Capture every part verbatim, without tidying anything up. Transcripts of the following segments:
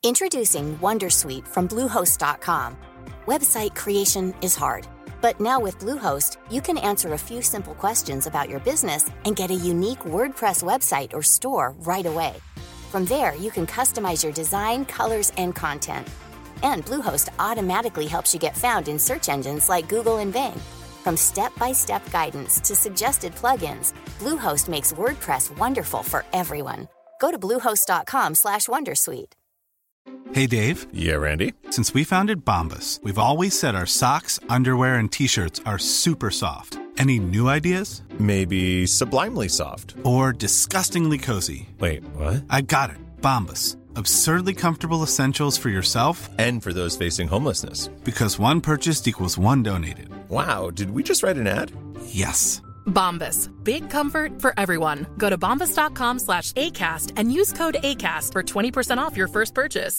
Introducing Wondersuite from Bluehost dot com. Website creation is hard, but now with Bluehost, you can answer a few simple questions about your business and get a unique WordPress website or store right away. From there, you can customize your design, colors, and content. And Bluehost automatically helps you get found in search engines like Google and Bing. From step-by-step guidance to suggested plugins, Bluehost makes WordPress wonderful for everyone. Go to bluehost dot com slash wondersuite. Hey, Dave. Yeah, Randy. Since we founded Bombas, we've always said our socks, underwear, and T-shirts are super soft. Any new ideas? Maybe sublimely soft. Or disgustingly cozy. Wait, what? I got it. Bombas. Absurdly comfortable essentials for yourself and for those facing homelessness. Because one purchased equals one donated. Wow, did we just write an ad? Yes. Bombas. Big comfort for everyone. Go to bombas dot com slash ACAST and use code ACAST for twenty percent off your first purchase.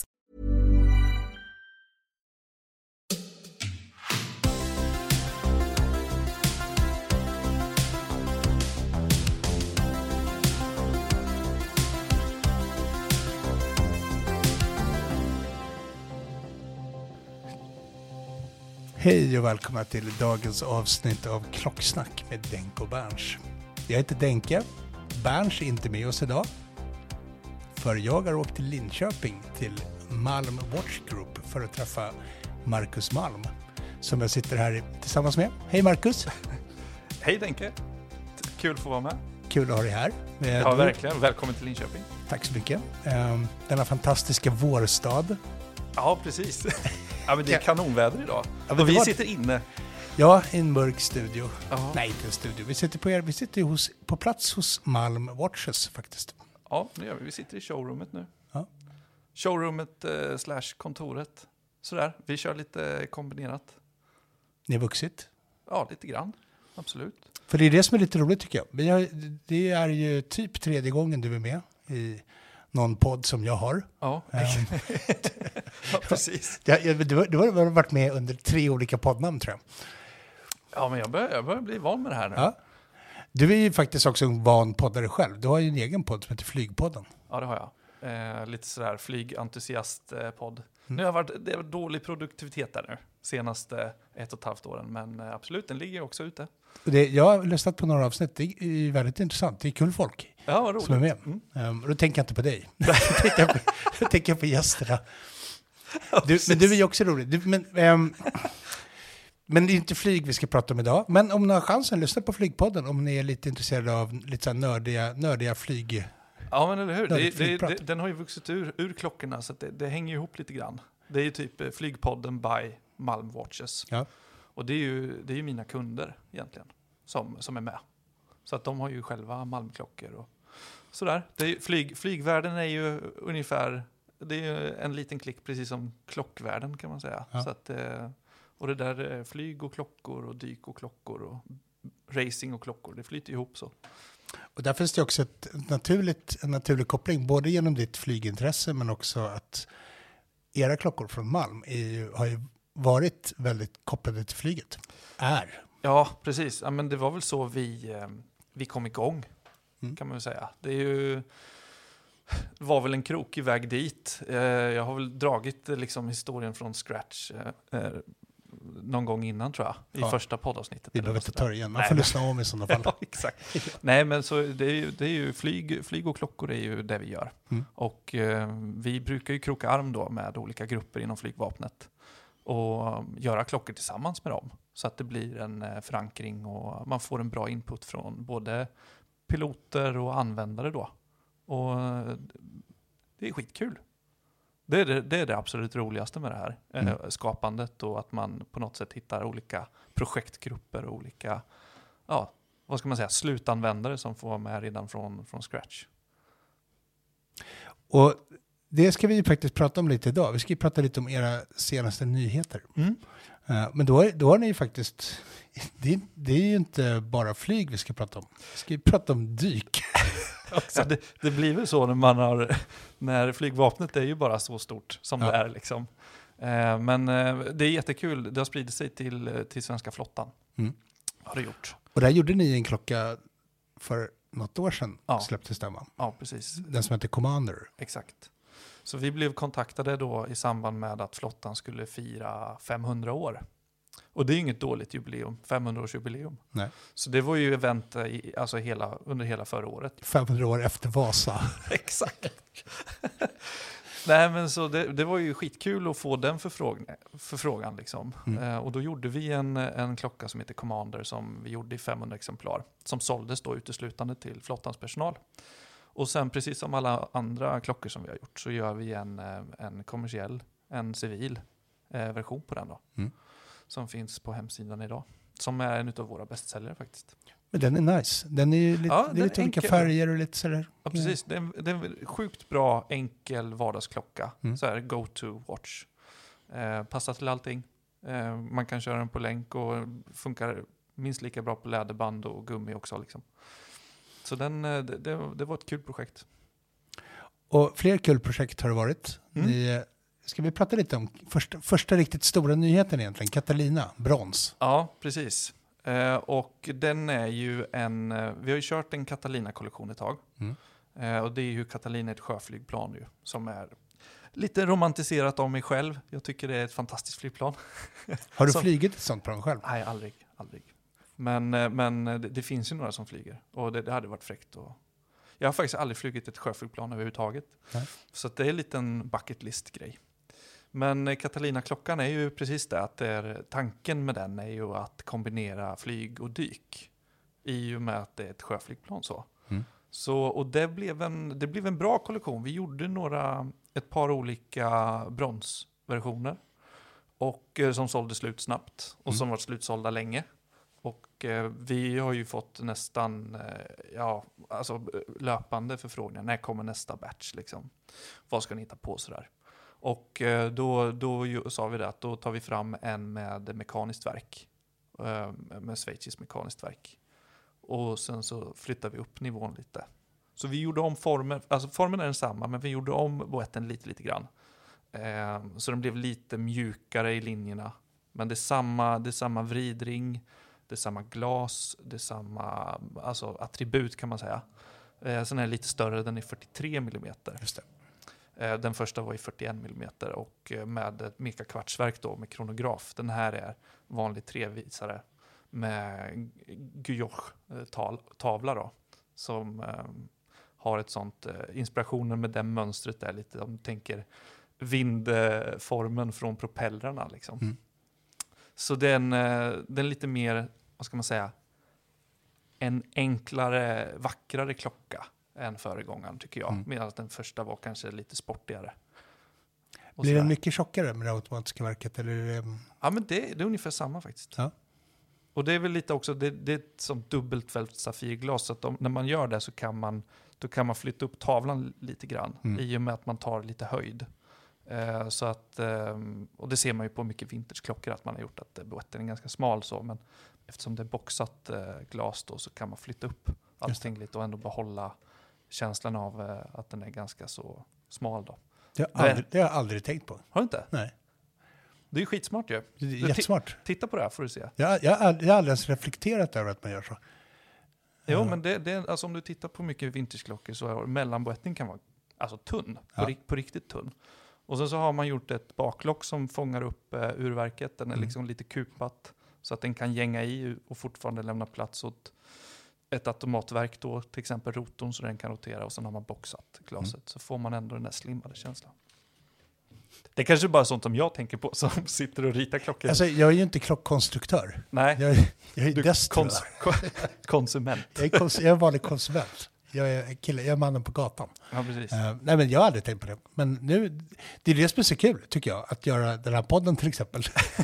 Hej och välkomna till dagens avsnitt av Klocksnack med Denke och Berns. Jag heter Denke, Berns är inte med oss idag. För jag har åkt till Linköping till Malm Watch Group för att träffa Marcus Malm. Som jag sitter här tillsammans med. Hej Marcus! Hej Denke! Kul att få vara med. Kul att ha dig här. Ja, verkligen. Välkommen till Linköping. Tack så mycket. Denna fantastiska vårstad. Ja, precis. Ja, men det är kanonväder idag. Ja, och vi var... sitter inne. Ja, i en mörk studio. Aha. Nej, inte en studio. Vi sitter på er. Vi sitter hos, på plats hos Malm Watches faktiskt. Ja, det gör vi. Vi sitter i showroomet nu. Ja. Showroomet eh, slash kontoret. Sådär. Vi kör lite kombinerat. Ni har vuxit? Ja, lite grann. Absolut. För det är det som är lite roligt tycker jag. Vi har, det är ju typ tredje gången du är med i någon podd som jag har. Ja, um, ja precis. Ja, du, du har varit med under tre olika poddnamn tror jag. Ja, men jag börjar, jag börjar bli van med det här nu. Ja. Du är ju faktiskt också en van poddare själv. Du har ju en egen podd som heter Flygpodden. Ja, det har jag. Eh, lite sådär flygentusiast-podd. Mm. Nu har varit, det är dålig produktivitet där nu. Senaste ett och ett halvt åren. Men eh, absolut, den ligger också ute. Det, jag har lyssnat på några avsnitt. Det är väldigt intressant. Det är kul folk ja, vad roligt. Som är med. Mm. Um, och då tänker jag inte på dig. jag, tänker på, jag tänker på gästerna. Ja, du, men du är ju också rolig. Du, men, um, men det är inte flyg vi ska prata om idag. Men om ni har chansen, lyssna på Flygpodden. Om ni är lite intresserade av lite så här nördiga, nördiga flyg. Ja, men eller hur? Det, det, det, den har ju vuxit ur, ur klockorna så att det, det hänger ihop lite grann. Det är ju typ Flygpodden by Malm Watches. Ja. Och det är ju det är ju mina kunder egentligen som, som är med. Så att de har ju själva Malmklockor och sådär. Det är ju, flyg, flygvärlden är ju ungefär, det är ju en liten klick precis som klockvärlden kan man säga. Ja. Så att, och det där flyg och klockor och dyk och klockor och racing och klockor, det flyter ihop så. Och där finns det också ett naturligt, en naturlig koppling, både genom ditt flygintresse men också att era klockor från Malm är ju, har ju varit väldigt kopplade till flyget. Är. Ja, precis. Ja, men det var väl så vi, eh, vi kom igång, mm. kan man väl säga. Det är ju, var väl en krokig väg dit. Eh, jag har väl dragit eh, liksom, historien från scratch eh, eh, någon gång innan tror jag, i ja. första poddavsnittet. Vi behöver inte ta det igen, man får Nej. lyssna om i sådana fall. Ja, exakt. Nej, men så det är ju, det är ju flyg, flyg och klockor är ju det vi gör. Mm. Och eh, vi brukar ju kroka arm då med olika grupper inom flygvapnet och göra klockor tillsammans med dem. Så att det blir en eh, förankring och man får en bra input från både piloter och användare då. Och eh, det är skitkul. Det är det, det är det absolut roligaste med det här. Mm. Eh, skapandet och att man på något sätt hittar olika projektgrupper och olika, ja, vad ska man säga, slutanvändare som får vara med redan från, från scratch. Och det ska vi ju faktiskt prata om lite idag. Vi ska ju prata lite om era senaste nyheter. Mm. Uh, men då, då har ni ju faktiskt, det, det är ju inte bara flyg vi ska prata om. Vi ska ju prata om dyk. Ja, det, det blir väl så när man har, när flygvapnet är ju bara så stort som ja. det är liksom. Eh, men eh, det är jättekul. Det har spridit sig till, till svenska flottan. Mm. Har det gjort. Och där gjorde ni en klocka för något år sedan ja. släpptes den va? Ja, precis. Den som heter Commander. Exakt. Så vi blev kontaktade då i samband med att flottan skulle fira femhundra år. Och det är inget dåligt jubileum, femhundra-årsjubileum. Nej. Så det var ju event i, alltså hela, under hela förra året. femhundra år efter Vasa. Exakt. Nej, men så det, det var ju skitkul att få den förfrågan, förfrågan liksom. Mm. Eh, och då gjorde vi en, en klocka som heter Commander som vi gjorde i femhundra exemplar. Som såldes då uteslutande till flottans personal. Och sen precis som alla andra klockor som vi har gjort så gör vi en, en kommersiell, en civil eh, version på den då. Mm. Som finns på hemsidan idag. Som är en av våra bästsäljare faktiskt. Men den är nice. Den är ju lite, ja, det är lite olika färger och lite sådär. Ja, precis. Det är, en, det är en sjukt bra, enkel vardagsklocka. Mm. Så här, go-to-watch. Eh, passar till allting. Eh, man kan köra den på länk och funkar minst lika bra på läderband och gummi också. Liksom. Så den, det, det, det var ett kul projekt. Och fler kul projekt har det varit. Mm. Ni, ska vi prata lite om första, första riktigt stora nyheten egentligen? Catalina, brons. Ja, precis. Uh, och den är ju en, uh, vi har ju kört en Catalina-kollektion ett tag. Mm. Uh, och det är ju Catalina ett sjöflygplan ju, som är lite romantiserat av mig själv. Jag tycker det är ett fantastiskt flygplan. Har du som, flygit ett sånt plan själv? Nej, aldrig. aldrig. Men, uh, men det, det finns ju några som flyger. Och det, det hade varit fräckt. Och jag har faktiskt aldrig flugit ett sjöflygplan överhuvudtaget. Nej. Så att det är en liten bucket list-grej. Men Catalina-klockan är ju precis det, att det är, tanken med den är ju att kombinera flyg och dyk i och med att det är ett sjöflygplan så. Mm. Så och det blev en det blev en bra kollektion. Vi gjorde några ett par olika bronsversioner och eh, som sålde slut snabbt och mm. som var slutsålda länge. Och eh, vi har ju fått nästan eh, ja, alltså löpande förfrågningar. När kommer nästa batch liksom? Vad ska ni hitta på så där? Och då, då sa vi det att då tar vi fram en med mekaniskt verk. Med schweiziskt mekaniskt verk. Och sen så flyttar vi upp nivån lite. Så vi gjorde om formen. Alltså formen är densamma, men vi gjorde om boetten lite, lite grann. Så den blev lite mjukare i linjerna. Men det är samma, det är samma vridring. Det är samma glas. Det är samma alltså attribut kan man säga. Sen är den lite större, den är fyrtiotre millimeter. Just det. Den första var i fyrtioen millimeter och med ett meka kvartsverk då med kronograf. Den här är vanlig trevisare med Guyoche-tavla då. Som eh, har ett sånt, eh, inspirationen med det mönstret är lite, om du tänker vindformen från propellrarna liksom. Mm. Så den, eh, den är lite mer, vad ska man säga, en enklare, vackrare klocka än föregångaren tycker jag. Mm. Medan den första var kanske lite sportigare. Och blir sådär. Den mycket tjockare med det automatiska verket? Eller? Ja, men det, det är ungefär samma faktiskt. Ja. Och det är väl lite också, det, det är som dubbelt välvt safirglas. Så att de, när man gör det så kan man, då kan man flytta upp tavlan lite grann. Mm. I och med att man tar lite höjd. Eh, så att, eh, och det ser man ju på mycket vintageklockor att man har gjort att boetten är ganska smal så. Men eftersom det är boxat eh, glas då så kan man flytta upp allting lite och ändå behålla känslan av eh, att den är ganska så smal då. Det har, aldrig, det har jag aldrig tänkt på. Har du inte? Nej. Det är ju skitsmart ju. Det är jättesmart. T- titta på det här får du se. Jag, jag, jag har aldrig ens reflekterat över att man gör så. Jo, uh. men det, det, alltså om du tittar på mycket vintageklockor så är mellanboetten kan vara alltså tunn. Ja. På, på riktigt tunn. Och sen så har man gjort ett baklock som fångar upp uh, urverket. Den är mm. liksom lite kupat så att den kan gänga i och fortfarande lämna plats åt ett automatverk då, till exempel rotorn så den kan rotera och sen har man boxat glaset. Mm. Så får man ändå den där slimmade känslan. Det är kanske bara sånt som jag tänker på som sitter och ritar klockor. Alltså jag är ju inte klockkonstruktör. Nej. Jag, jag är du kons- konsument. Jag är, kons- jag är vanlig konsument. Jag är kille, jag är mannen på gatan. Ja, precis. Uh, nej, men jag har aldrig tänkt på det. Men nu, det är det som är så kul, tycker jag, att göra den här podden till exempel.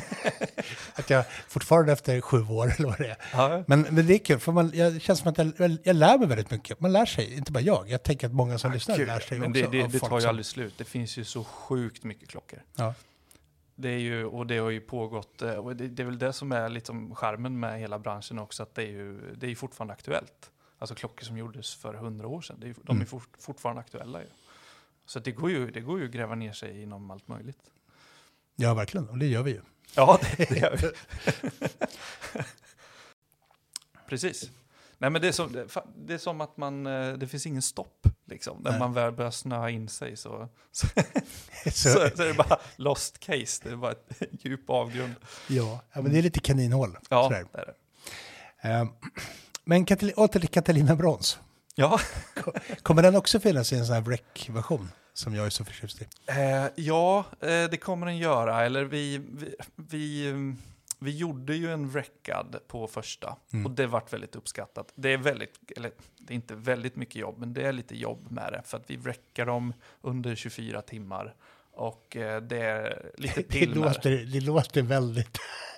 Att jag fortfarande efter sju år eller vad det är. Ja. Men, men det är kul, för man, jag känns som att jag, jag lär mig väldigt mycket. Man lär sig, inte bara jag. Jag tänker att många som ja, lyssnar kul. lär sig men också. Det, det, av det folk tar ju som... aldrig slut. Det finns ju så sjukt mycket klockor. Ja. Det är ju, och det har ju pågått, och det, det är väl det som är liksom charmen med hela branschen också, att det är ju det är fortfarande aktuellt. Alltså klockor som gjordes för hundra år sedan, det är, de är mm. fort, fortfarande aktuella ju. Så det går ju, det går ju att gräva ner sig inom allt möjligt. Ja, verkligen. Och det gör vi ju. Ja, det, det gör vi. Precis. Nej, men det är som, det, det är som att man, det finns ingen stopp liksom. När Nej. man väl börjar snöa in sig så, så, så. så, så är det bara lost case. Det är bara ett djup avgrund. Ja, ja men det är lite kaninhål. Ja, sådär. Det är det. Um, men Katal- åter till Catalina Brons. Ja. Kommer den också finnas i en sån här wreck-version som jag är så förtjust i? Eh, ja, eh, det kommer den göra. Eller vi, vi, vi, vi gjorde ju en wreckad på första. Mm. Och det vart väldigt uppskattat. Det är väldigt, eller det är inte väldigt mycket jobb, men det är lite jobb med det. För att vi wreckar dem under tjugofyra timmar. Och eh, det är lite piller. Det låter, det låter väldigt...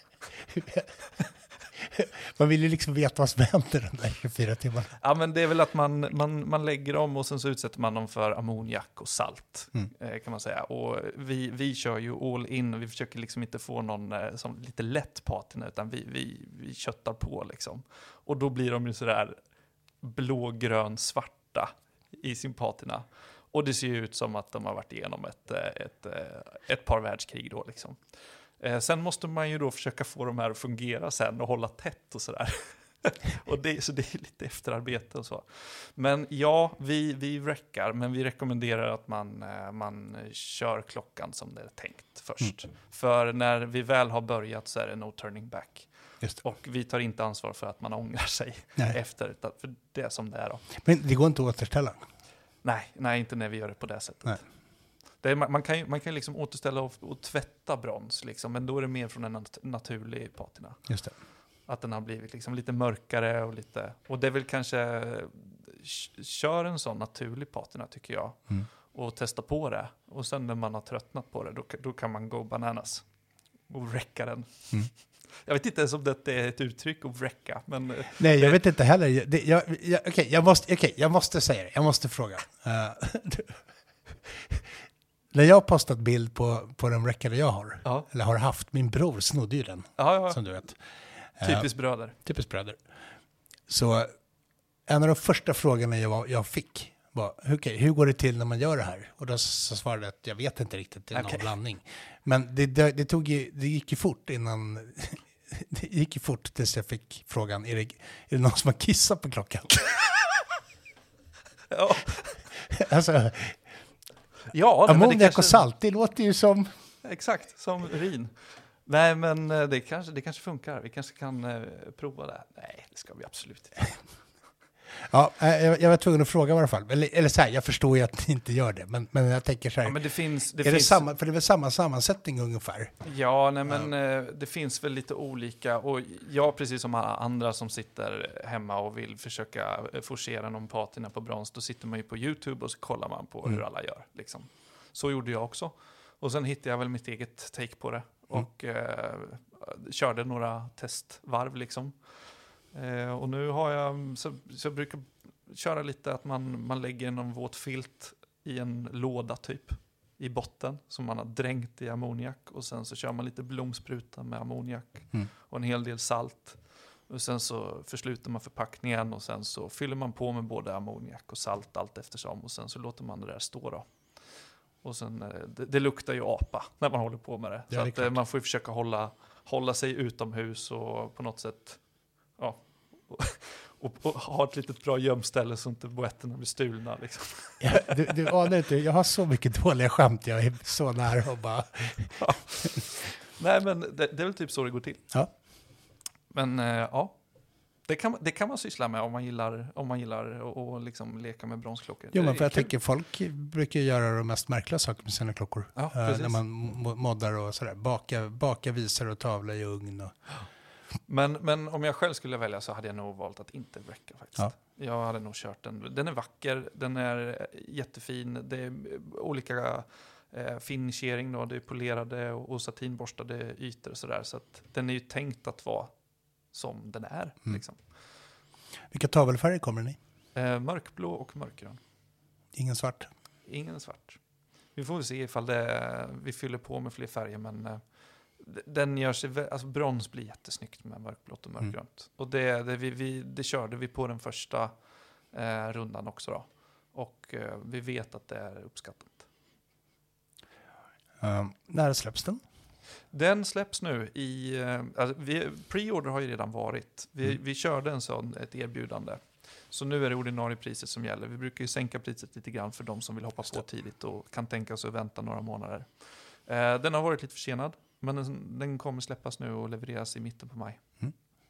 Man vill ju liksom veta vad som händer de där tjugofyra timmarna. Ja, men det är väl att man, man, man lägger dem och sen så utsätter man dem för ammoniak och salt, mm. eh, kan man säga. Och vi, vi kör ju all in. Vi försöker liksom inte få någon eh, som lite lätt patina, utan vi, vi, vi köttar på liksom. Och då blir de ju sådär blågrön svarta i sin patina. Och det ser ju ut som att de har varit igenom ett, ett, ett, ett par världskrig då liksom. Eh, sen måste man ju då försöka få de här att fungera sen och hålla tätt och sådär. och det, så det är lite efterarbete och så. Men ja, vi, vi wreckar, men vi rekommenderar att man, eh, man kör klockan som det är tänkt först. Mm. För när vi väl har börjat så är det no turning back. Just det. Och vi tar inte ansvar för att man ångrar sig nej. efter, för det är som det är då. Men det går inte att återställa? Nej, nej, inte när vi gör det på det sättet. Nej. Det är, man kan ju man kan liksom återställa och, och tvätta brons, liksom, men då är det mer från en nat- naturlig patina. Just det. Att den har blivit liksom lite mörkare och lite... Och det är väl kanske... Kör en sån naturlig patina, tycker jag. Mm. Och testa på det. Och sen när man har tröttnat på det, då, då kan man gå bananas. Och wrecka den. Mm. Jag vet inte ens om det är ett uttryck att wrecka, men... Nej, jag vet inte heller. Det, jag, jag, Okej, okay, jag, måste, okay, jag måste säga det. Jag måste fråga. Uh, När jag har postat bild på, på den wreckade jag har, ja. eller har haft, min bror snodde ju den, ja, ja. som du vet. Typiskt bröder. Uh, typiskt bröder. Så en av de första frågorna jag, jag fick var, okay, hur går det till när man gör det här? Och då så svarade jag att jag vet inte riktigt, det är okay. någon blandning. Men det, det, det, tog ju, det gick ju fort innan, det gick ju fort tills jag fick frågan, är det, är det någon som har kissat på klockan? ja. Alltså... Ja, ammoniak kanske... och salt, det låter ju som... Exakt, som urin. Nej, men det kanske, det kanske funkar. Vi kanske kan eh, prova det. Nej, det ska vi absolut inte. ja, jag, jag var tvungen att fråga i alla fall. Eller, eller så här, jag förstår ju att ni inte gör det. Men, men jag tänker så här... Ja, men det finns... Det är finns... det samma, för det är väl samma sammansättning ungefär? Ja, nej, men ja. Det finns väl lite olika. Och jag, precis som alla andra som sitter hemma och vill försöka forcera någon patina på brons, då sitter man ju på YouTube och så kollar man på mm. hur alla gör. Liksom. Så gjorde jag också. Och sen hittade jag väl mitt eget take på det. Och mm. eh, körde några testvarv liksom. Eh, och nu har jag, så, så jag brukar köra lite att man, man lägger någon våt filt i en låda typ i botten som man har dränkt i ammoniak. Och sen så kör man lite blomspruta med ammoniak mm. och en hel del salt. Och sen så försluter man förpackningen och sen så fyller man på med både ammoniak och salt allt eftersom. Och sen så låter man det där stå då. Och sen, det, det luktar ju apa när man håller på med det. Ja, så det att man får ju försöka hålla, hålla sig utomhus och på något sätt ja, och, och, och ha ett litet bra gömställe så inte boetterna blir stulna. Liksom. Ja, du, du anar inte, jag har så mycket dåliga skämt, jag är så nära och bara... ja. Nej, men det, det är väl typ så det går till. Ja. Men äh, ja, det kan, det kan man syssla med om man gillar, om man gillar att liksom leka med bronsklockor. Jo, men för jag kul. tänker folk brukar göra de mest märkliga saker med sina klockor. Ja, uh, när man moddar och sådär. Baka, baka visar och tavla i ugn. Och... Men, men om jag själv skulle välja så hade jag nog valt att inte wrecka faktiskt. Ja. Jag hade nog kört den. Den är vacker, den är jättefin. Det är olika eh, finishering då. Det är polerade och, och satinborstade ytor och sådär. Så att den är ju tänkt att vara som den är. Mm. Liksom. Vilka tavelfärger kommer ni? Eh, mörkblå och mörkgrön. Ingen svart? Ingen svart. Vi får väl se ifall det, vi fyller på med fler färger, men eh, den gör sig, alltså brons blir jättesnyggt med mörkblått och mörkgrönt. Mm. Och det, det, vi, vi, det körde vi på den första eh, rundan också då. Och eh, vi vet att det är uppskattat. Um, när släpps den? Den släpps nu i... Alltså vi, pre-order har ju redan varit. Vi, Mm. vi körde en sån, ett erbjudande. Så nu är det ordinarie priset som gäller. Vi brukar ju sänka priset lite grann för de som vill hoppa på tidigt och kan tänka sig att vänta några månader. Eh, den har varit lite försenad, men den, den kommer släppas nu och levereras i mitten på maj. Mm.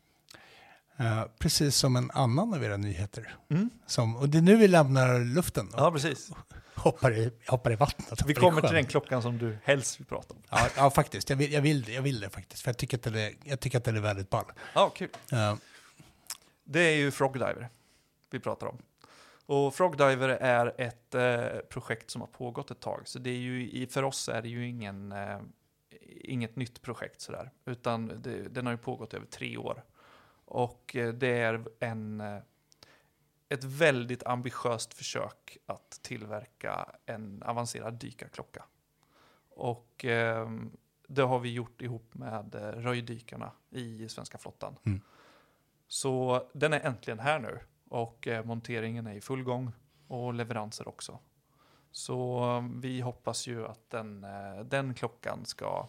Uh, precis som en annan av era nyheter. Mm. Som, och det är nu vi lämnar luften och Ja, precis. hoppar, i, hoppar i vattnet. Vi hoppar kommer i sjön. till den klockan som du helst vill prata om. Ja, ja faktiskt. Jag vill, jag, vill, jag vill det faktiskt. För jag tycker att det är, jag tycker att det är väldigt ball. Ja, kul. Uh, Det är ju Frogdiver vi pratar om. Och Frogdiver är ett eh, projekt som har pågått ett tag. Så det är ju, i, för oss är det ju ingen, eh, inget nytt projekt sådär. Utan det, den har ju pågått över tre år. Och eh, det är en, eh, ett väldigt ambitiöst försök att tillverka en avancerad dykarklocka. Och eh, det har vi gjort ihop med eh, röjdykarna i svenska flottan. Mm. Så den är äntligen här nu. Och eh, monteringen är i full gång. Och leveranser också. Så eh, vi hoppas ju att den, eh, den klockan ska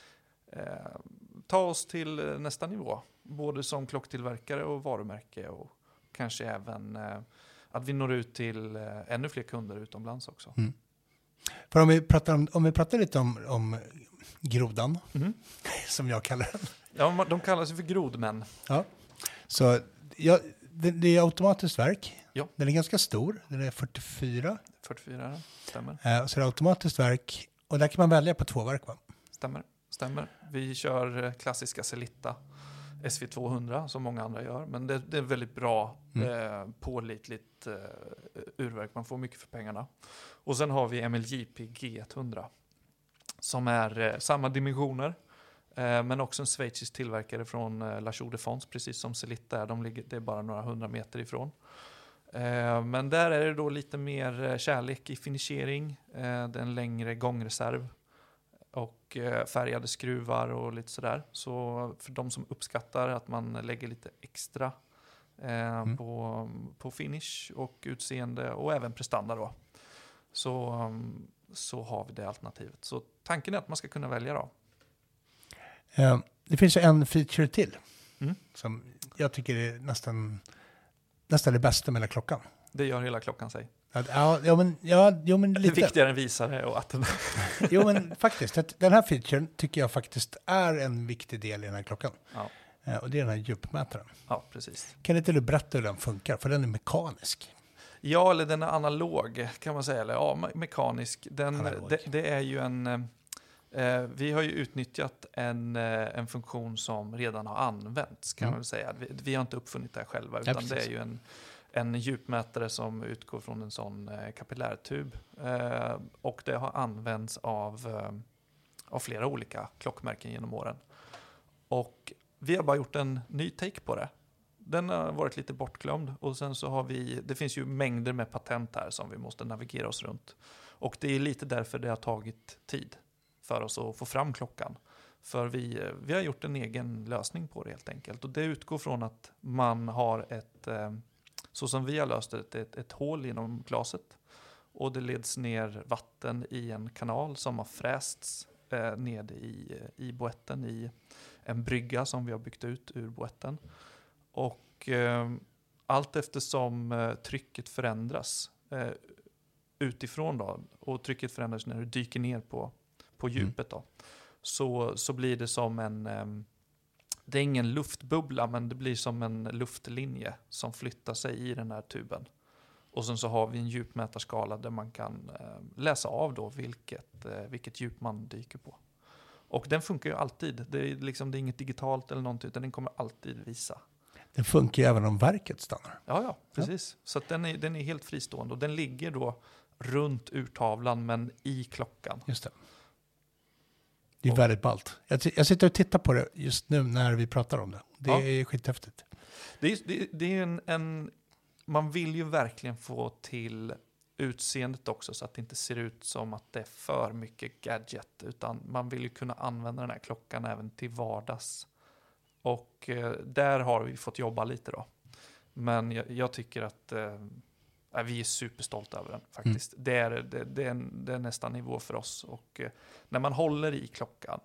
eh, ta oss till eh, nästa nivå. Både som klocktillverkare och varumärke. Och kanske även eh, att vi når ut till eh, ännu fler kunder utomlands också. Mm. För om vi pratar, om, om vi pratar lite om, om grodan, Mm. som jag kallar den. Ja, de kallas ju för grodmän. Ja. Så ja, det, det är automatiskt verk. Ja. Den är ganska stor. Den är fyrtiofyra. fyrtiofyra, stämmer. Eh, så det är automatiskt verk. Och där kan man välja på två verk, va? Stämmer, stämmer. Vi kör eh, klassiska Celitta S V tvåhundra som många andra gör. Men det, det är väldigt bra, Mm. eh, pålitligt eh, urverk. Man får mycket för pengarna. Och sen har vi M L J P G hundra som är eh, samma dimensioner. Eh, men också en schweizisk tillverkare från eh, La Chaux de Fonds, precis som Celitta är. De ligger, det är bara några hundra meter ifrån. Eh, men där är det då lite mer eh, kärlek i finishering. Eh, det är en längre gångreserv. Och eh, färgade skruvar och lite sådär. Så för de som uppskattar att man lägger lite extra eh, Mm. på, på finish och utseende och även prestanda då. Så, um, så har vi det alternativet. Så tanken är att man ska kunna välja då. Eh, det finns ju en feature till. Mm. Som jag tycker är nästan, nästan det bästa med hela klockan. Det gör hela klockan sig. Att, ja, ja, men, ja, jo, men Det är lite. viktigare än visare och att den... Jo, men faktiskt. Att den här featuren tycker jag faktiskt är en viktig del i den här klockan. Ja. Eh, och det är den här djupmätaren. Ja, precis. Kan inte du berätta hur den funkar? För den är mekanisk. Ja, eller den är analog kan man säga. Eller ja, me- mekanisk. Den, Analog. det, det är ju en... Eh, vi har ju utnyttjat en, eh, en funktion som redan har använts kan Mm. man väl säga. Vi, vi har inte uppfunnit det här själva, Ja, utan precis. det är ju en, en djupmätare som utgår från en sån eh, kapillärtub. Eh, och det har använts av, eh, av flera olika klockmärken genom åren. Och vi har bara gjort en ny take på det. Den har varit lite bortglömd och sen så har vi, det finns ju mängder med patent här som vi måste navigera oss runt. Och det är lite därför det har tagit tid för oss att få fram klockan. För vi, vi har gjort en egen lösning på det helt enkelt. Och det utgår från att man har ett, eh, så som vi har löst det, ett, ett, ett hål genom glaset. Och det leds ner vatten i en kanal som har frästs eh, ned i, i boetten i en brygga som vi har byggt ut ur boetten. Och eh, allt eftersom eh, trycket förändras eh, utifrån då, och trycket förändras när du dyker ner på, på djupet då, så, så blir det som en, eh, det är ingen luftbubbla men det blir som en luftlinje som flyttar sig i den här tuben. Och sen så har vi en djupmätarskala där man kan eh, läsa av då vilket, eh, vilket djup man dyker på. Och den funkar ju alltid. Det är, liksom, det är inget digitalt eller någonting utan den kommer alltid visa. Den funkar ju även om verket stannar. Ja, ja, precis. Så att den, är, den är helt fristående och den ligger då runt urtavlan men i klockan. Just det. Det är Och- väldigt ballt. Jag, t- jag sitter och tittar på det just nu när vi pratar om det. Det Ja. är skithäftigt. Det är, det, det är en, en... Man vill ju verkligen få till utseendet också så att det inte ser ut som att det är för mycket gadget. Utan man vill ju kunna använda den här klockan även till vardags. Och eh, där har vi fått jobba lite då. Men jag, jag tycker att eh, vi är superstolta över den faktiskt. Mm. Det, är, det, det, är en, det är nästan nivå för oss. Och eh, när man håller i klockan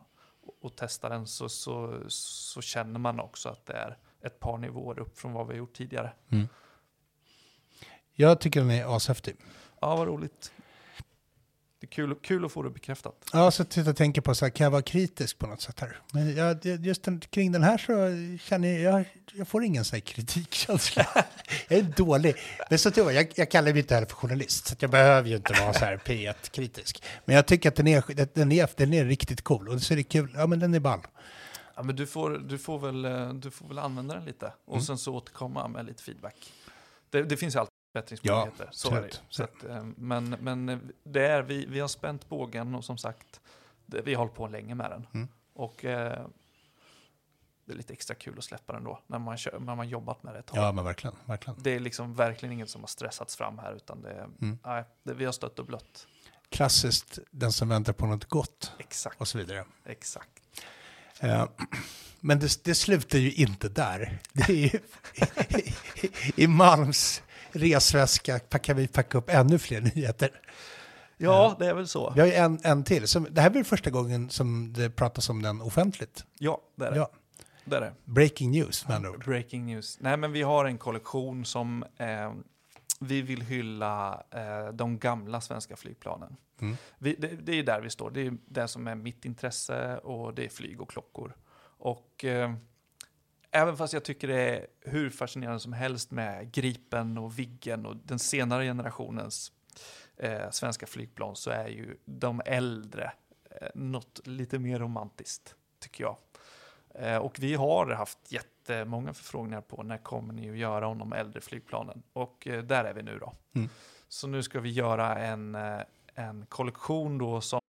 och testar den så, så, så känner man också att det är ett par nivåer upp från vad vi har gjort tidigare. Mm. Jag tycker den är ashäftig. Ja, vad roligt. Det är kul, kul att få det bekräftat. Ja, så titta och tänker på så här, kan jag vara kritisk på något sätt här? Men jag, just den, kring den här så känner jag, jag, jag får ingen sån här kritikkänsla. Jag är dålig. Men så tror jag, jag, jag kallar mig inte heller för journalist, så jag behöver ju inte vara så här P ett-kritisk. Men jag tycker att den är, den är, den är riktigt cool, och så är det kul. Ja, men den är ball. Ja, men du får, du får, väl, du får väl använda den lite och mm. sen så återkomma med lite feedback. Det, det finns ju alltid bättringsmöjligheter. Ja, så är det. Så att, men, men det är, vi, vi har spänt bågen och som sagt, det, vi har hållit på länge med den. Mm. Och eh, det är lite extra kul att släppa den då, när man, kör, när man har jobbat med det ett tag. Ja, men verkligen, verkligen. Det är liksom verkligen inget som har stressats fram här, utan det, mm. nej, det vi har stött och blött. Klassiskt, den som väntar på något gott. Exakt. Och så vidare. Exakt. Uh, men det, det slutar ju inte där. Det är ju, i Malms resväska kan vi packa upp ännu fler nyheter. Ja, det är väl så. Vi har ju en, en till. Som, det här blir första gången som det pratas om den offentligt. Ja, det är det. Ja. Det är det. Breaking news, med andra ord. Breaking news. Nej, men vi har en kollektion som eh, vi vill hylla eh, de gamla svenska flygplanen. Mm. Vi, det, det är där vi står. Det är det som är mitt intresse, och det är flyg och klockor. Och eh, även fast jag tycker det är hur fascinerande som helst med Gripen och Viggen och den senare generationens eh, svenska flygplan, så är ju de äldre eh, något lite mer romantiskt, tycker jag. Eh, och vi har haft jättemånga förfrågningar på när kommer ni att göra om de äldre flygplanen. Och eh, där är vi nu då. Mm. Så nu ska vi göra en, eh, en kollektion då som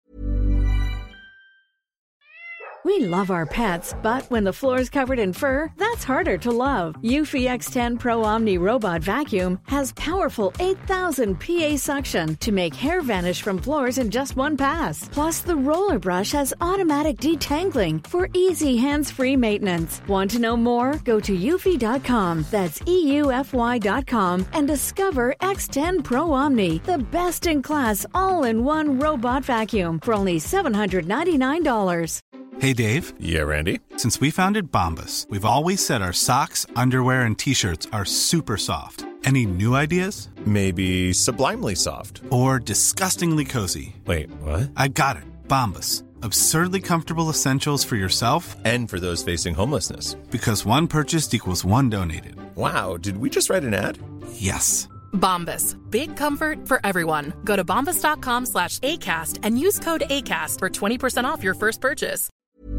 We love our pets, but when the floor is covered in fur, that's harder to love. Eufy X ten Pro Omni Robot Vacuum has powerful eight thousand P A suction to make hair vanish from floors in just one pass. Plus, the roller brush has automatic detangling for easy hands-free maintenance. Want to know more? Go to eufy dot com, that's E U F Y dot com, and discover X ten Pro Omni, the best-in-class all-in-one robot vacuum for only seven hundred ninety-nine dollars. Hey, Dave. Yeah, Randy. Since we founded Bombas, we've always said our socks, underwear, and T-shirts are super soft. Any new ideas? Maybe sublimely soft. Or disgustingly cozy. Wait, what? I got it. Bombas. Absurdly comfortable essentials for yourself and for those facing homelessness. Because one purchased equals one donated. Wow, did we just write an ad? Yes. Bombas. Big comfort for everyone. Go to bombas dot com slash ACAST and use code ACAST for twenty percent off your first purchase.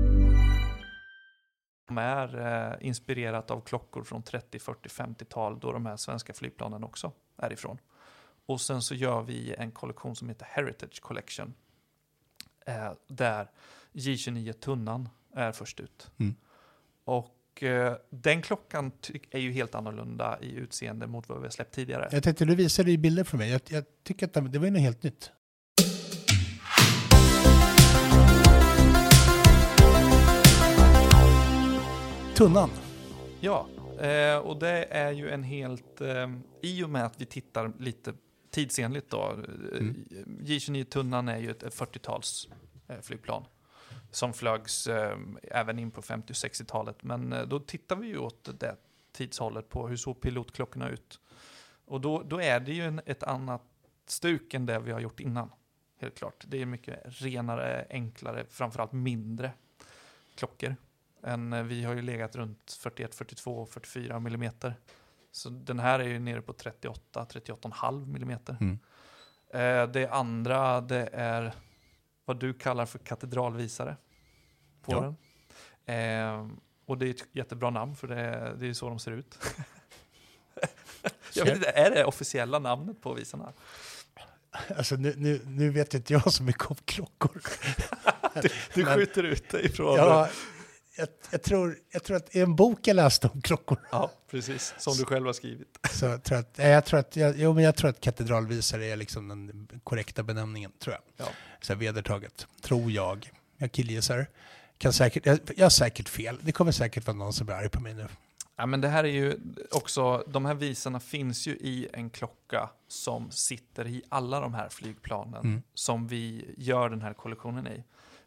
De är eh, inspirerat av klockor från trettio, fyrtio, femtio-tal, då de här svenska flygplanen också är ifrån. Och sen så gör vi en kollektion som heter Heritage Collection, eh, där J tjugonio Tunnan är först ut. Mm. Och eh, den klockan ty- är ju helt annorlunda i utseende mot vad vi har släppt tidigare. Jag tänkte, du visade ju bilder för mig. Jag, jag tycker att det var något helt nytt. Tunnan. Ja, eh, och det är ju en helt, eh, i och med att vi tittar lite tidsenligt då, mm. J tjugonio Tunnan är ju ett, ett fyrtiotals eh, flygplan som flögs eh, även in på femtio- och sextiotalet, men eh, då tittar vi ju åt det tidshållet på hur så pilotklockorna ut. Och då, då är det ju en, ett annat stuk än det vi har gjort innan, helt klart. Det är mycket renare, enklare, framförallt mindre klockor. En, vi har ju legat runt fyrtioett, fyrtiotvå, fyrtiofyra millimeter. Så den här är ju nere på trettioåtta, trettioåtta komma fem millimeter. Mm. Eh, det andra, det är vad du kallar för katedralvisare på ja. den. Eh, och det är ett jättebra namn, för det, det är så de ser ut. Jag vet inte, är det officiella namnet på visarna? Alltså nu, nu, nu vet inte jag så mycket om klockor. du du Men, skjuter ut dig ifrån ja, jag, jag, tror, jag tror att i en bok jag läste om klockor. Ja, precis. Som du själv har skrivit. Så jag tror att, jag tror att, jag, jo, men jag tror att katedralvisare är liksom den korrekta benämningen, tror jag. Ja. Så vedertaget, tror jag. Jag killgissar. Kan säkert, jag, jag har säkert fel. Det kommer säkert vara någon som blir arg på mig nu. Ja, men det här är ju också, de här visarna finns ju i en klocka som sitter i alla de här flygplanen mm. som vi gör den här kollektionen i.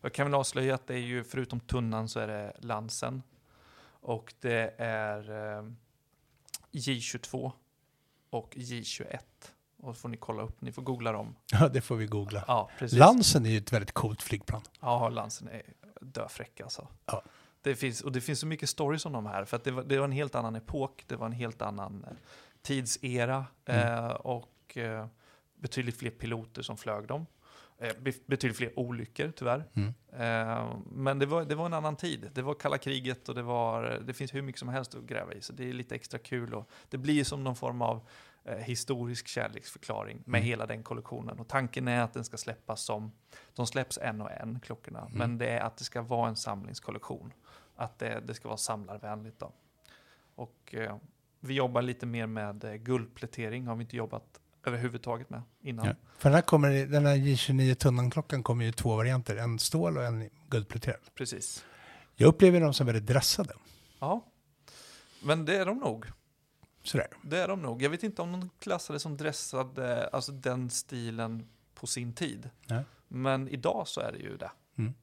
Jag kan väl avslöja att det är ju, förutom tunnan så är det Lansen. Och det är eh, J tjugotvå och J tjugoett. Och får ni kolla upp, ni får googla dem. Ja, det får vi googla. Ja, precis. Lansen är ju ett väldigt coolt flygplan. Ja, Lansen är döfräck alltså. Ja. Det finns, och det finns så mycket stories om de här. För att det var, det var en helt annan epok. Det var en helt annan eh, tidsera. Mm. Eh, och eh, betydligt fler piloter som flög dem. Eh, betydligt fler olyckor tyvärr. Mm. Eh, men det var, det var en annan tid. Det var kalla kriget och det, var, det finns hur mycket som helst att gräva i. Så det är lite extra kul. Och det blir som någon form av eh, historisk kärleksförklaring med mm. hela den kollektionen. Och tanken är att den ska släppas som, de släpps en och en klockorna. Mm. Men det är att det ska vara en samlingskollektion. Att det, det ska vara samlarvänligt då. Och eh, vi jobbar lite mer med eh, guldplätering. Har vi inte jobbat överhuvudtaget med innan. Ja. För den här, kommer, den här J tjugonio tunnan-klockan kommer ju i två varianter. En stål och en guldpläterad. Precis. Jag upplever dem som väldigt dressade. Ja, men det är de nog. Sådär. Det är de nog. Jag vet inte om de klassade som dressade, alltså den stilen på sin tid. Ja. Men idag så är det ju det. Mm.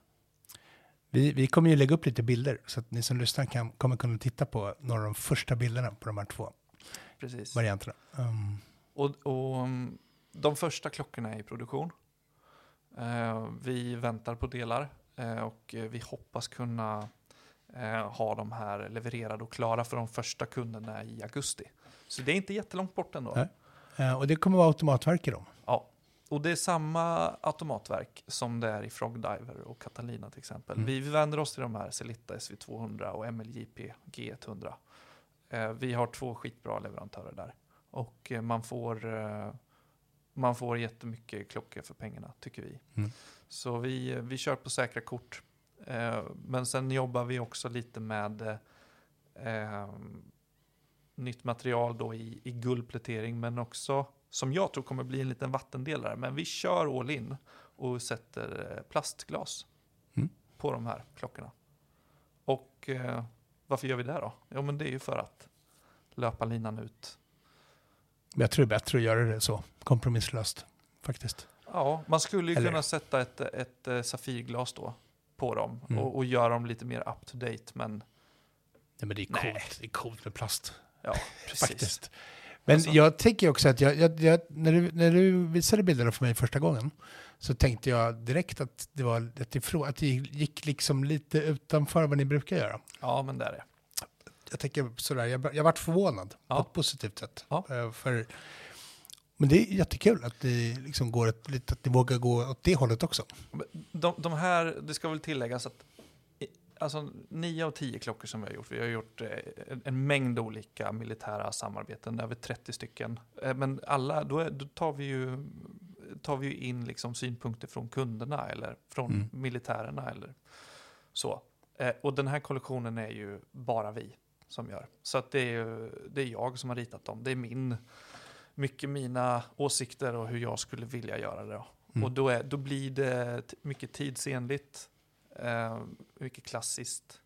Vi, vi kommer ju lägga upp lite bilder så att ni som lyssnar kan, kommer kunna titta på några av de första bilderna på de här två Precis. varianterna. Um. Och, och de första klockorna är i produktion. Uh, vi väntar på delar uh, och vi hoppas kunna uh, ha de här levererade och klara för de första kunderna i augusti. Så det är inte jättelångt bort ändå. Nej. Uh, och det kommer vara automatverk i dem. Ja. Och det är samma automatverk som det är i Frogdiver och Catalina till exempel. Mm. Vi vänder oss till de här Celitta S V tvåhundra och M L J P G etthundra. Eh, vi har två skitbra leverantörer där. Och eh, man får eh, man får jättemycket klockor för pengarna tycker vi. Mm. Så vi, vi kör på säkra kort. Eh, men sen jobbar vi också lite med eh, nytt material då i, i guldplätering men också som jag tror kommer bli en liten vattendelare. Men vi kör all in och sätter plastglas mm. på de här klockorna. Och eh, varför gör vi det då? Ja, men det är ju för att löpa linan ut. Jag tror det är bättre att göra det så kompromisslöst faktiskt. Ja, man skulle ju Eller? kunna sätta ett, ett, ett safirglas då på dem mm. och, och göra dem lite mer up to date. Men, ja, men det är coolt. Nej. Det är coolt med plast. Ja, precis. Faktiskt. Men alltså, jag tänker också att jag, jag, jag, när, du, när du visade bilderna för mig första gången så tänkte jag direkt att det var att, ifrån, att det gick liksom lite utanför vad ni brukar göra. Ja, men det är det. Jag tänker sådär, jag, jag varit förvånad ja. på ett positivt sätt. Ja. För, men det är jättekul att det liksom går ett, lite, att ni vågar gå åt det hållet också. De, de här, det ska väl tilläggas att alltså nio av tio klockor som vi har gjort. Vi har gjort eh, en, en mängd olika militära samarbeten, över trettio stycken. Eh, men alla, då, är, då tar vi ju tar vi ju in liksom synpunkter från kunderna eller från mm. militärerna eller så. Eh, och den här kollektionen är ju bara vi som gör. Så att det är ju, det är jag som har ritat dem. Det är min, mycket mina åsikter och hur jag skulle vilja göra det. Mm. Och då, är, då blir det t- mycket tidsenligt. Uh, mycket klassiskt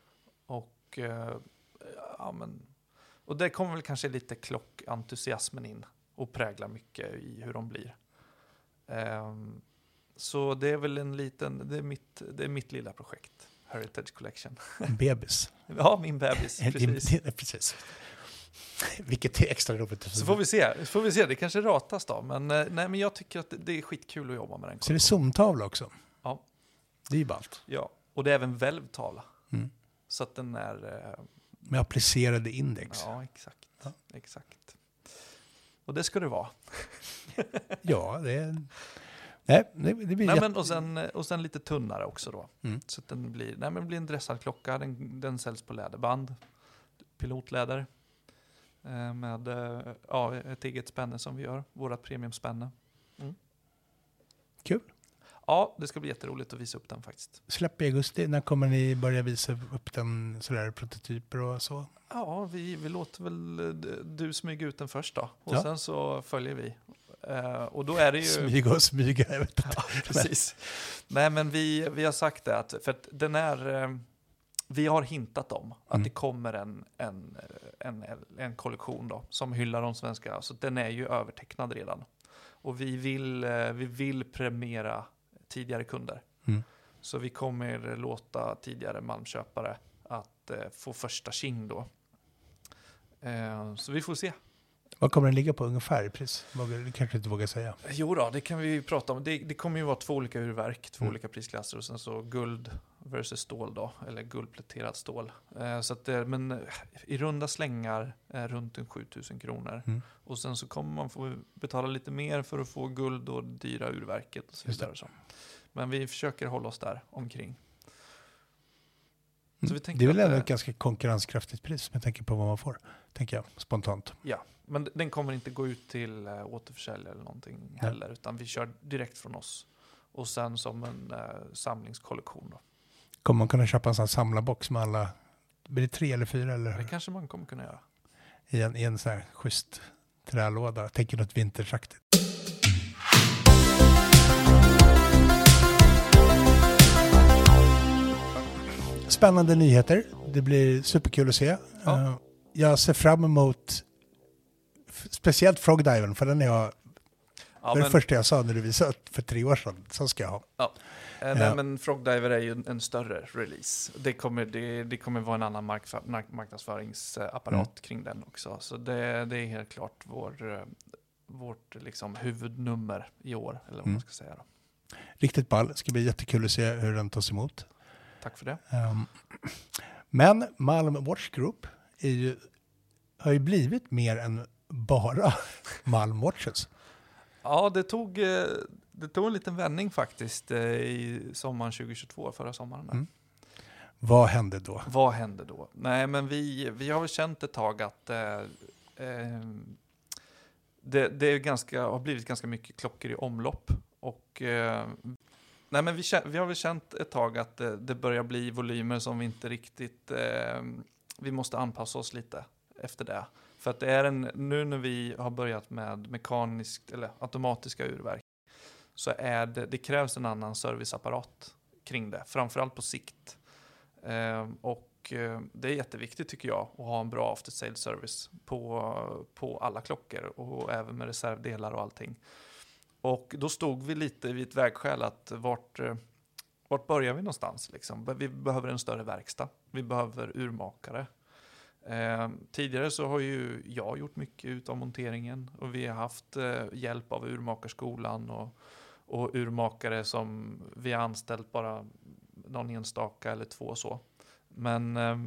och uh, ja, men, och det kommer väl kanske lite klockentusiasmen in och präglar mycket i hur de blir. Um, så det är väl en liten, det är mitt, det är mitt lilla projekt, Heritage Collection. En bebis. Ja, min bebis, precis. precis. Vilket är extra roligt. Så får vi se, får vi se, det kanske ratas då, men nej, men jag tycker att det, det är skitkul att jobba med den. Så det är zoomtavla också? Ja. Det är ju ballt. Ja, och det är även välvtavla. Mm. Så att den är... Eh... Med applicerade index. Ja, exakt. Ja. Exakt. Och det ska det vara. Ja, det är... Nej, det, det blir nej, jätte... men, och, sen, och sen lite tunnare också då. Mm. Så att den blir, nej, men det blir en dressad klocka. Den, den säljs på läderband. Pilotläder. Eh, med eh, ja, ett eget spänne som vi gör. Vårat premiumspänne. Mm. Kul. Ja, det ska bli jätteroligt att visa upp den faktiskt. Släpp i augusti. När kommer ni börja visa upp den sådär prototyper och så? Ja, vi, vi låter väl du smyga ut den först då. Och ja. sen så följer vi. Uh, och då är det ju... Smyga och smyga, jag vet inte. Ja, precis. Nej, men vi, vi har sagt det att för att den är... Uh, vi har hintat om att mm. det kommer en, en, en, en kollektion då som hyllar de svenska. Så den är ju övertecknad redan. Och vi vill, uh, vi vill premiera tidigare kunder. Mm. Så vi kommer låta tidigare malmköpare att eh, få första tjing då. Eh, så vi får se. Vad kommer den ligga på ungefär i pris? Det kanske inte vågar säga. Jo då, det kan vi ju prata om. Det, det kommer ju vara två olika urverk, två Mm. olika prisklasser och sen så guld versus stål då, eller guldpläterad stål. Eh, så att det, men eh, i runda slängar eh, runt en sjutusen kronor. Mm. Och sen så kommer man få betala lite mer för att få guld och dyra urverket och så Just vidare. Så. Men vi försöker hålla oss där omkring. Mm. Så vi tänker Det är väl att, ändå eh, ett ganska konkurrenskraftigt pris med tanke på vad man får, tänker jag, spontant. Ja, men den kommer inte gå ut till äh, återförsäljare eller någonting heller, utan vi kör direkt från oss. Och sen som en äh, samlingskollektion då. Kommer man kunna köpa en sån här samlarbox med alla, blir det tre eller fyra eller Det kanske man kommer kunna göra. i en, i en sån här schysst trälåda? Tänker något vintersaktigt. Spännande nyheter. Det blir superkul att se. Ja. Uh, jag ser fram emot f- speciellt Frogdiven, för den är jag, Ja, det, men, det första jag sa när du visade för tre år sedan. Så ska jag ha. ja. Eh, Ja. nej, men Frogdiver är ju en, en större release. Det kommer, det, det kommer vara en annan markf- mark- marknadsföringsapparat Mm. kring den också. Så det, det är helt klart vår, eh, vårt liksom, huvudnummer i år, eller vad Mm. man ska säga då. Riktigt ball. Det ska bli jättekul att se hur den tas emot. Tack för det. Um, men Malm Watch Group är ju, har ju blivit mer än bara Malm Watches. Ja, det tog, eh, det tog en liten vändning faktiskt eh, i sommaren tjugohundratjugotvå, förra sommaren. Där. Mm. Vad hände då? Vad hände då? Nej, men vi, vi har väl känt ett tag att eh, eh, det, det är ganska, har blivit ganska mycket klockor i omlopp. Och, eh, nej, men vi, vi har väl känt ett tag att det, det börjar bli volymer som vi inte riktigt... Eh, vi måste anpassa oss lite efter det. För att det är en, nu när vi har börjat med mekaniskt eller automatiska urverk så är det, det krävs en annan serviceapparat kring det. Framförallt på sikt. Eh, och eh, det är jätteviktigt tycker jag att ha en bra after sales service på, på alla klockor och även med reservdelar och allting. Och då stod vi lite vid ett vägskäl att vart, eh, vart börjar vi någonstans? Liksom? Vi behöver en större verkstad. Vi behöver urmakare. Eh, tidigare så har ju jag gjort mycket utav monteringen och vi har haft eh, hjälp av urmakarskolan och, och urmakare som vi har anställt bara någon enstaka eller två så. Men eh,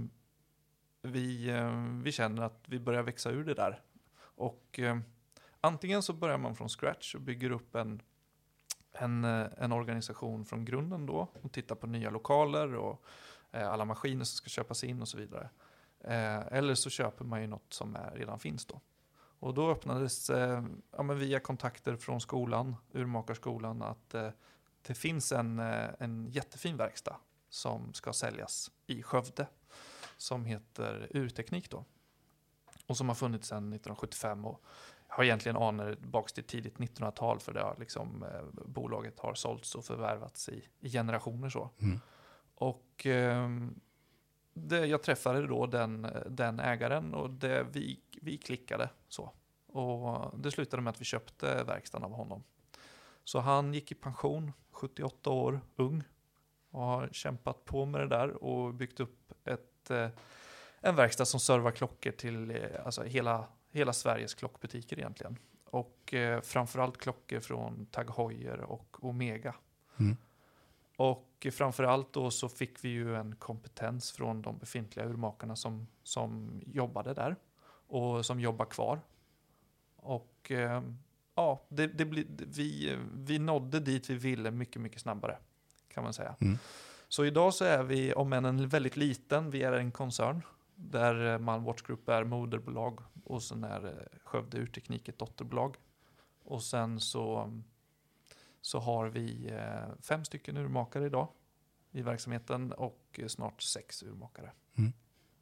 vi, eh, vi känner att vi börjar växa ur det där. Och eh, antingen så börjar man från scratch och bygger upp en, en, en organisation från grunden då och tittar på nya lokaler och eh, alla maskiner som ska köpas in och så vidare. Eh, eller så köper man ju något som är, redan finns då. Och då öppnades eh, ja, men via kontakter från skolan, urmakarskolan, att eh, det finns en, eh, en jättefin verkstad som ska säljas i Skövde som heter Urteknik då. Och som har funnits sedan nittonhundrasjuttiofem och har egentligen anor baks till tidigt nittonhundratal för det har liksom, eh, bolaget har sålts och förvärvats i, i generationer så. Mm. Och eh, det, jag träffade då den, den ägaren och det, vi, vi klickade så. Och det slutade med att vi köpte verkstaden av honom. Så han gick i pension, sjuttioåtta år, ung. Och har kämpat på med det där och byggt upp ett, eh, en verkstad som servar klockor till eh, alltså hela, hela Sveriges klockbutiker egentligen. Och eh, framförallt klockor från Tag Heuer och Omega. Mm. Och framförallt då så fick vi ju en kompetens från de befintliga urmakarna som, som jobbade där och som jobbar kvar. Och eh, ja, det, det bli, vi, vi nådde dit vi ville mycket, mycket snabbare kan man säga. Mm. Så idag så är vi, om än en väldigt liten, vi är en koncern där Malm Watch Group är moderbolag och sen är Skövde Urteknik ett dotterbolag. Och sen så, så har vi fem stycken urmakare idag i verksamheten och snart sex urmakare. Mm.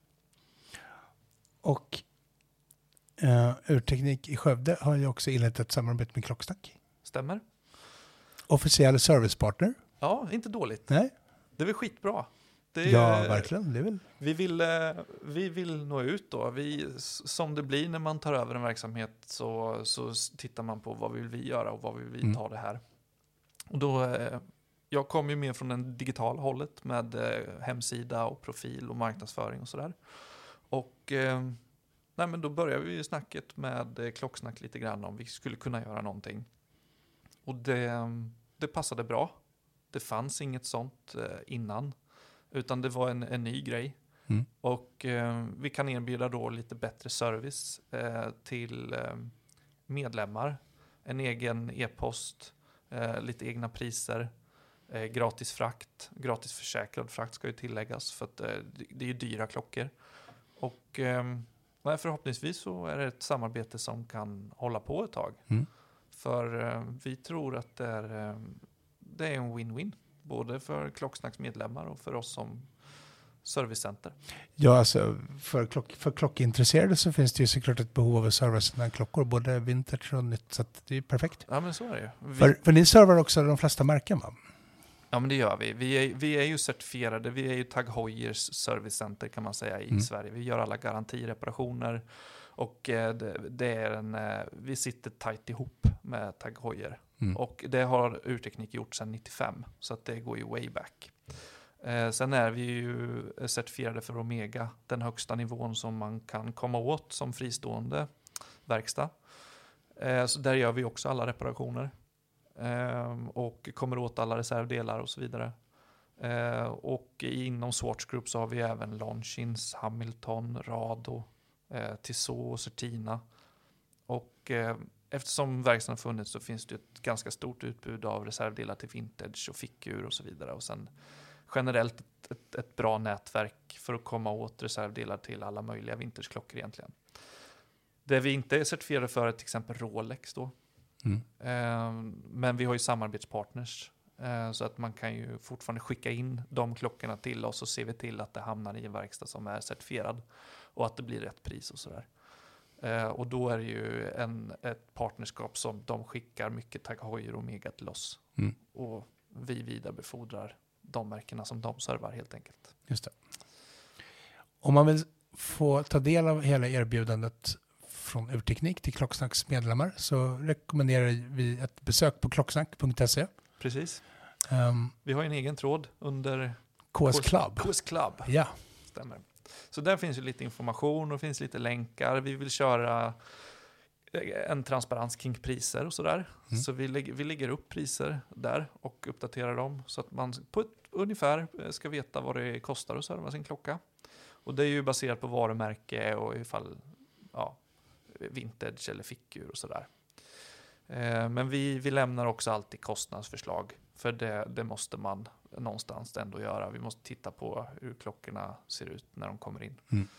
Och uh, Urteknik i Skövde har ju också inlett ett samarbete med Klocksnack. Stämmer? Officiell servicepartner. Ja, inte dåligt. Nej. Det är väl skitbra. Det är, Ja, verkligen. Det är väl. Vi vill, vi vill nå ut då. Vi, som det blir när man tar över en verksamhet så, så tittar man på vad vill vi göra och vad vill vi Mm. ta det här. Och då jag kom ju mer från den digitala hållet med eh, hemsida och profil och marknadsföring och sådär. Och eh, nej, men då började vi snacket med eh, Klocksnack lite grann om vi skulle kunna göra någonting. Och det, det passade bra. Det fanns inget sånt eh, innan, utan det var en, en ny grej. Mm. Och eh, vi kan erbjuda då lite bättre service eh, till eh, medlemmar. En egen e-post, eh, lite egna priser, eh, gratis frakt, gratis försäkrad frakt ska ju tilläggas för att eh, det är ju dyra klockor. Och eh, förhoppningsvis så är det ett samarbete som kan hålla på ett tag. Mm. För eh, vi tror att det är, eh, det är en win-win. Både för Klocksnacks medlemmar och för oss som servicecenter. Ja, alltså för, klock, för klockintresserade så finns det ju såklart ett behov av att serva sina klockor, både vintage och nytt, så att det är perfekt. Ja, men så är det ju. Vi... För, för ni servar också de flesta märken, va? Ja, men det gör vi. Vi är, vi är ju certifierade. Vi är ju Tag Heuers servicecenter kan man säga i mm. Sverige. Vi gör alla garantireparationer och eh, det, det är en, eh, vi sitter tajt ihop med Tag Heuer. Mm. Och det har Urteknik gjort sedan nittiofem, så att det går ju way back. Eh, sen är vi ju certifierade för Omega, den högsta nivån som man kan komma åt som fristående verkstad. Eh, så där gör vi också alla reparationer. Eh, och kommer åt alla reservdelar och så vidare. Eh, och inom Swatch Group så har vi även Longines, Hamilton, Rado, eh, Tissot och Certina. Och eh, eftersom verkstaden har funnits så finns det ett ganska stort utbud av reservdelar till vintage och fickur och så vidare. Och sen generellt ett, ett, ett bra nätverk för att komma åt reservdelar till alla möjliga vintageklockor egentligen. Det vi inte är certifierade för är till exempel Rolex då. Mm. Eh, men vi har ju samarbetspartners eh, så att man kan ju fortfarande skicka in de klockorna till oss och ser vi till att det hamnar i en verkstad som är certifierad och att det blir rätt pris och sådär. Eh, och då är det ju en, ett partnerskap som de skickar mycket Tag Heuer och Omega till oss. Mm. Och vi vidarebefordrar de märkena som de servar helt enkelt. Just det. Om man vill få ta del av hela erbjudandet från Urteknik till Klocksnacks medlemmar så rekommenderar vi ett besök på klocksnack punkt se. Precis. Um, vi har en egen tråd under K S Club. K S Club. Ja. Stämmer. Så där finns ju lite information och finns lite länkar. Vi vill köra en transparens kring priser och sådär. Mm. Så vi, lägger, vi lägger upp priser där och uppdaterar dem så att man på ett ungefär ska veta vad det kostar att serva sin klocka. Och det är ju baserat på varumärke och ifall ja, vintage eller fickur och sådär. Eh, men vi, vi lämnar också alltid kostnadsförslag. För det, det måste man någonstans ändå göra. Vi måste titta på hur klockorna ser ut när de kommer in. Mm.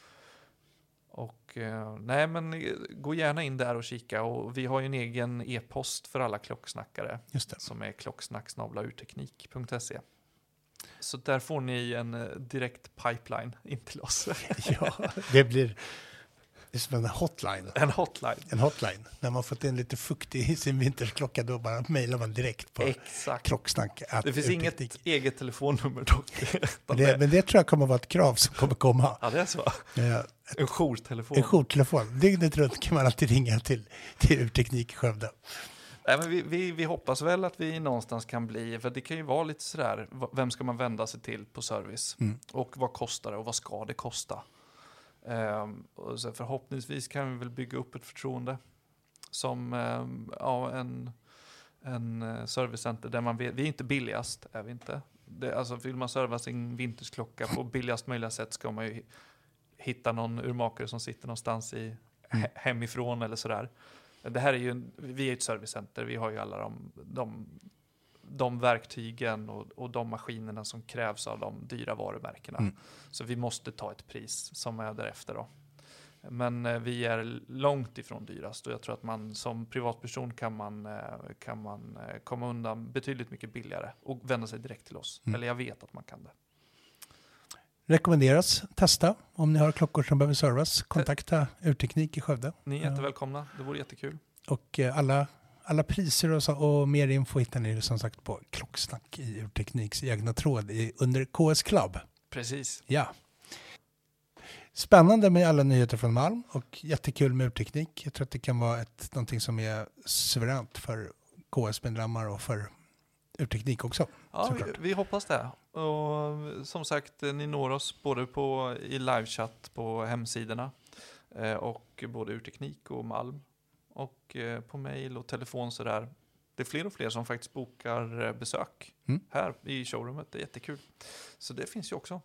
Och eh, nej, men gå gärna in där och kika. Och vi har ju en egen e-post för alla klocksnackare. Just det. Som är klocksnack snabel-a urteknik punkt se. Så där får ni en direkt pipeline in till oss. Ja, det blir... Det är som en hotline. En hotline. En hotline. När man fått in lite fukt i sin vintersklocka då bara mejlar man direkt på Exakt. Klocksnack. Det finns inget eget telefonnummer dock. men, det, men det tror jag kommer vara ett krav som kommer komma. Ja, det är så. Ja, ett, en jourtelefon. En jourtelefon. Dygnet runt kan man alltid ringa till, till Urteknik i Skövde. Nej, men vi, vi, vi hoppas väl att vi någonstans kan bli, för det kan ju vara lite sådär, vem ska man vända sig till på service? Mm. Och vad kostar det och vad ska det kosta? Um, och så förhoppningsvis kan vi väl bygga upp ett förtroende som um, ja, en, en uh, servicecenter där man vet, vi är inte billigast, är vi inte. Det, alltså vill man serva sin vintersklocka på billigast möjliga sätt ska man ju hitta någon urmakare som sitter någonstans i, he, hemifrån eller sådär. Det här är ju, en, vi är ett servicecenter, vi har ju alla de, de, de verktygen och, och de maskinerna som krävs av de dyra varumärkena. Mm. Så vi måste ta ett pris som är därefter då. Men eh, vi är långt ifrån dyrast och jag tror att man som privatperson kan man, eh, kan man eh, komma undan betydligt mycket billigare och vända sig direkt till oss. Mm. Eller jag vet att man kan det. Rekommenderas, testa om ni har klockor som behöver servas. Kontakta Urteknik i Skövde. Ni är jättevälkomna, det vore jättekul. Och eh, alla, alla priser och, så, och mer info hittar ni som sagt på Klocksnack i Urtekniks egna tråd i, under K S Club. Precis. Ja. Spännande med alla nyheter från Malm och jättekul med Urteknik. Jag tror att det kan vara ett, någonting som är suveränt för K S-medlemmar och för Urteknik också. Ja, vi, vi hoppas det. Och som sagt, ni når oss både på, i livechatt på hemsidorna eh, och både Ur Teknik och Malm. Och eh, på mejl och telefon sådär. Det är fler och fler som faktiskt bokar eh, besök mm. här i showroomet. Det är jättekul. Så det finns ju också.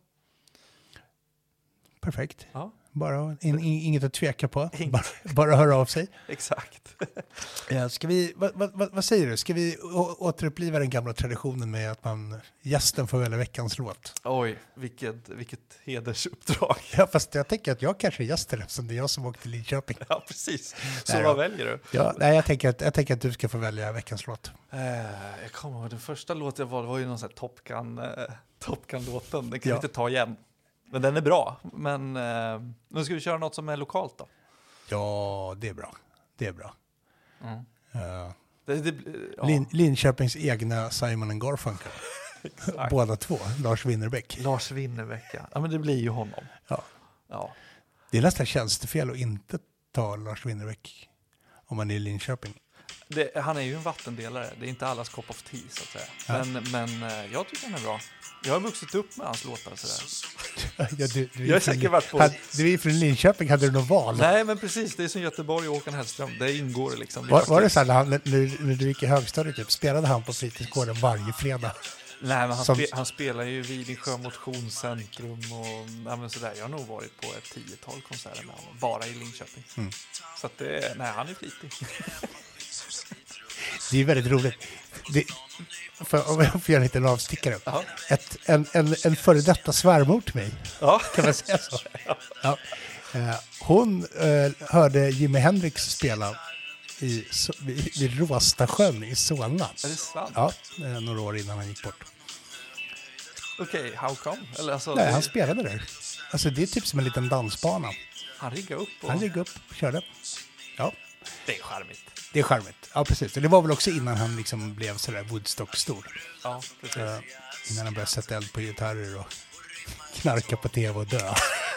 Perfekt. Ja. Bara in, in, inget att tveka på. Bara, bara höra av sig. Exakt. Ja, ska vi, vad, vad, vad säger du? Ska vi å, återuppliva den gamla traditionen med att man gästen får välja veckans låt? Oj, vilket, vilket hedersuppdrag. Ja, fast jag tänker att jag kanske är gästen eftersom det är jag som åkte till Linköping. Ja, precis. Så nej, vad väljer du? Ja, nej, jag, tänker att, jag tänker att du ska få välja veckans låt. Eh, jag kommer ihåg, den första låten jag valde var ju någon sån här Top Gun, eh, Top Gun-låten. Den kan ja. vi inte ta igen. Men den är bra. Men eh, nu ska vi köra något som är lokalt då. Ja, det är bra. Det är bra. Mm. Uh, det, det, ja. Lin, Linköpings egna Simon and Garfunkel. Båda två. Lars Winnerbäck. Lars Winnerbäck, ja. Ja, men det blir ju honom. Ja. Ja. Det är nästan tjänstefel att inte ta Lars Winnerbäck om man är i Linköping. Det, han är ju en vattendelare. Det är inte allas cup of tea, så att säga. Ja. Men, men jag tycker han är bra. Jag har vuxit upp med hans låtar sådär. ja, du, du jag är säkert varit på... Had, du är från Linköping, hade du något val? Nej, men precis. Det är som Göteborg och Håkan Hellström. Det ingår liksom. Var, var det så här när, han, när, när du gick i högstadiet, typ, spelade han på fritidsgården varje fredag? Nej, men han, som... spe, han spelar ju vid Vidingsjö motionscentrum och ja, men sådär. Jag har nog varit på ett tiotal konserter med honom, bara i Linköping. Mm. Så att det, nej, han är flitig. Det är väldigt roligt. Det, för, om jag får göra en liten avstickare. Uh-huh. Ett, en, en, en före detta svärmor till mig. Uh-huh. Kan man säga så? Ja. Uh, hon uh, hörde Jimi Hendrix spela i, so, vid, vid Råstasjön i Solna. Är det sant? Ja, uh, några år innan han gick bort. Okej, okay, how come? Eller alltså, Nej, det... han spelade där. Alltså det är typ som en liten dansbana. Han riggade upp? Och... Han riggade upp, körde. Ja. Det är charmigt. Det är charmigt, ja precis. Och det var väl också innan han liksom blev sådär Woodstock-stor. Ja, precis. Uh, innan han började sätta eld på gitarrer och knarka på tv och dö.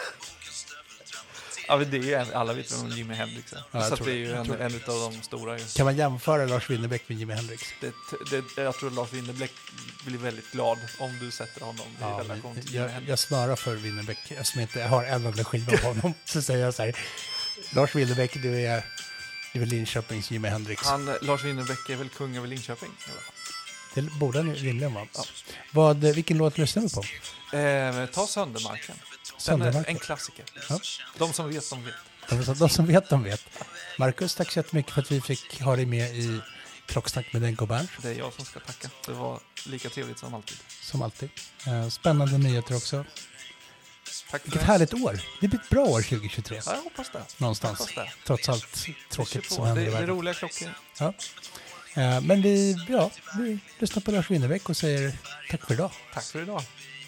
Ja, men det är ju en, alla vet om Jimi Hendrix. Ja, så tror, det är ju en, en av de stora. Kan man jämföra Lars Winnerbäck med Jimi Hendrix? Det, det, jag tror Lars Winnerbäck blir väldigt glad om du sätter honom i ja, relation till jag, jag smörar för Winnerbäck. Eftersom jag inte har en enda skiva av honom så säger jag så här: Lars Winnerbäck, du är... Det är väl Linköpings Jimi Hendrix. Han, Lars Winnerbäck är väl kung över Linköping? Eller? Det borde han rimligen vara. Ja. Vad, vilken låt lyssnar du på? Eh, ta Söndermarken. Söndermarken. En klassiker. Ja. De som vet, de vet. De, de som vet, de vet. Marcus, tack så jättemycket för att vi fick ha dig med i Klocksnack med Denko Berns. Det är jag som ska tacka. Det var lika trevligt som alltid. Som alltid. Spännande nyheter också. Tack för Vilket det. Härligt år. Det blir ett bra år tjugo tjugotre. Ja, jag hoppas det. Någonstans. Hoppas det. Trots allt tråkigt som händer i världen. Det är roliga klockor. Ja. Uh, men vi, ja, vi lyssnar på Lars Winnerbäck och säger tack för idag. Tack för idag.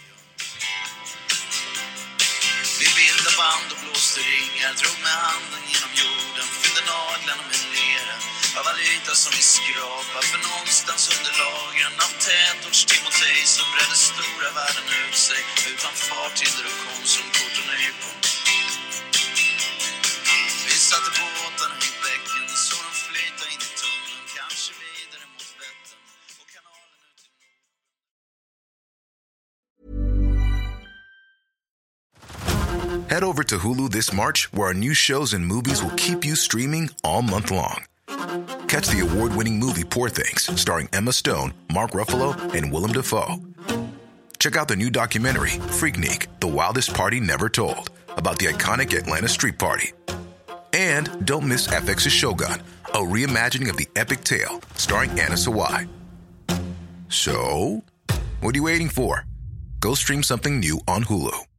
Vi bildade band och blåste ringar, drog med handen genom jorden, fyllde naglarna med lera av all yta som vi skrapar, för någonstans under lagren av tätorts Timotej så bredde stora världen ut sig utan farthinder och konsumkort och nypon. Vi satte båtarna i bäcken, så de flyta in i tunneln, kanske vidare mot Vättern och kanalen ut till Norden. Head over to Hulu this March, where our new shows and movies will keep you streaming all month long. Catch the award-winning movie Poor Things, starring Emma Stone, Mark Ruffalo, and Willem Dafoe. Check out the new documentary, Freaknik, The Wildest Party Never Told, about the iconic Atlanta Street Party. And don't miss F X's Shogun, a reimagining of the epic tale, starring Anna Sawai. So, what are you waiting for? Go stream something new on Hulu.